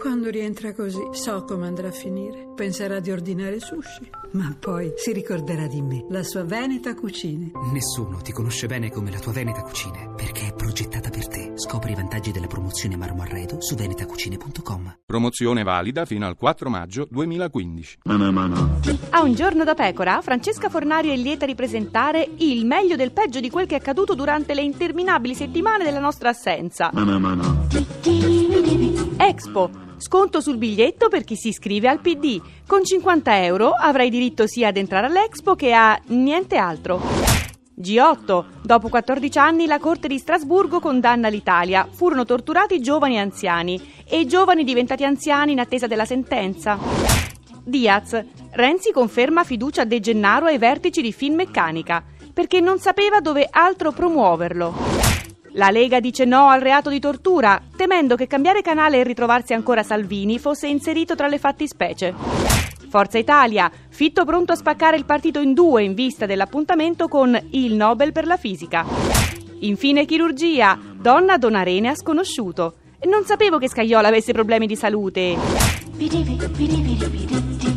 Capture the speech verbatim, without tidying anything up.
Quando rientra così, so come andrà a finire. Penserà di ordinare sushi, ma poi si ricorderà di me, la sua Veneta Cucine. Nessuno ti conosce bene come la tua Veneta Cucine, perché è progettata per te. Scopri i vantaggi della promozione Marmo Arredo su venetacucine punto com. Promozione valida fino al quattro maggio duemilaquindici. A Un giorno da pecora, Francesca Fornario è lieta di presentare il meglio del peggio di quel che è accaduto durante le interminabili settimane della nostra assenza. Expo. Sconto sul biglietto per chi si iscrive al P D. Con cinquanta euro avrai diritto sia ad entrare all'Expo che a niente altro. G otto. Dopo quattordici anni la Corte di Strasburgo condanna l'Italia. Furono torturati giovani e anziani e i giovani diventati anziani in attesa della sentenza. Diaz. Renzi conferma fiducia a De Gennaro ai vertici di Finmeccanica perché non sapeva dove altro promuoverlo. La Lega dice no al reato di tortura, temendo che cambiare canale e ritrovarsi ancora Salvini fosse inserito tra le fattispecie. Forza Italia, Fitto pronto a spaccare il partito in due in vista dell'appuntamento con il Nobel per la fisica. Infine chirurgia, donna dona rene a sconosciuto. Non sapevo che Scajola avesse problemi di salute.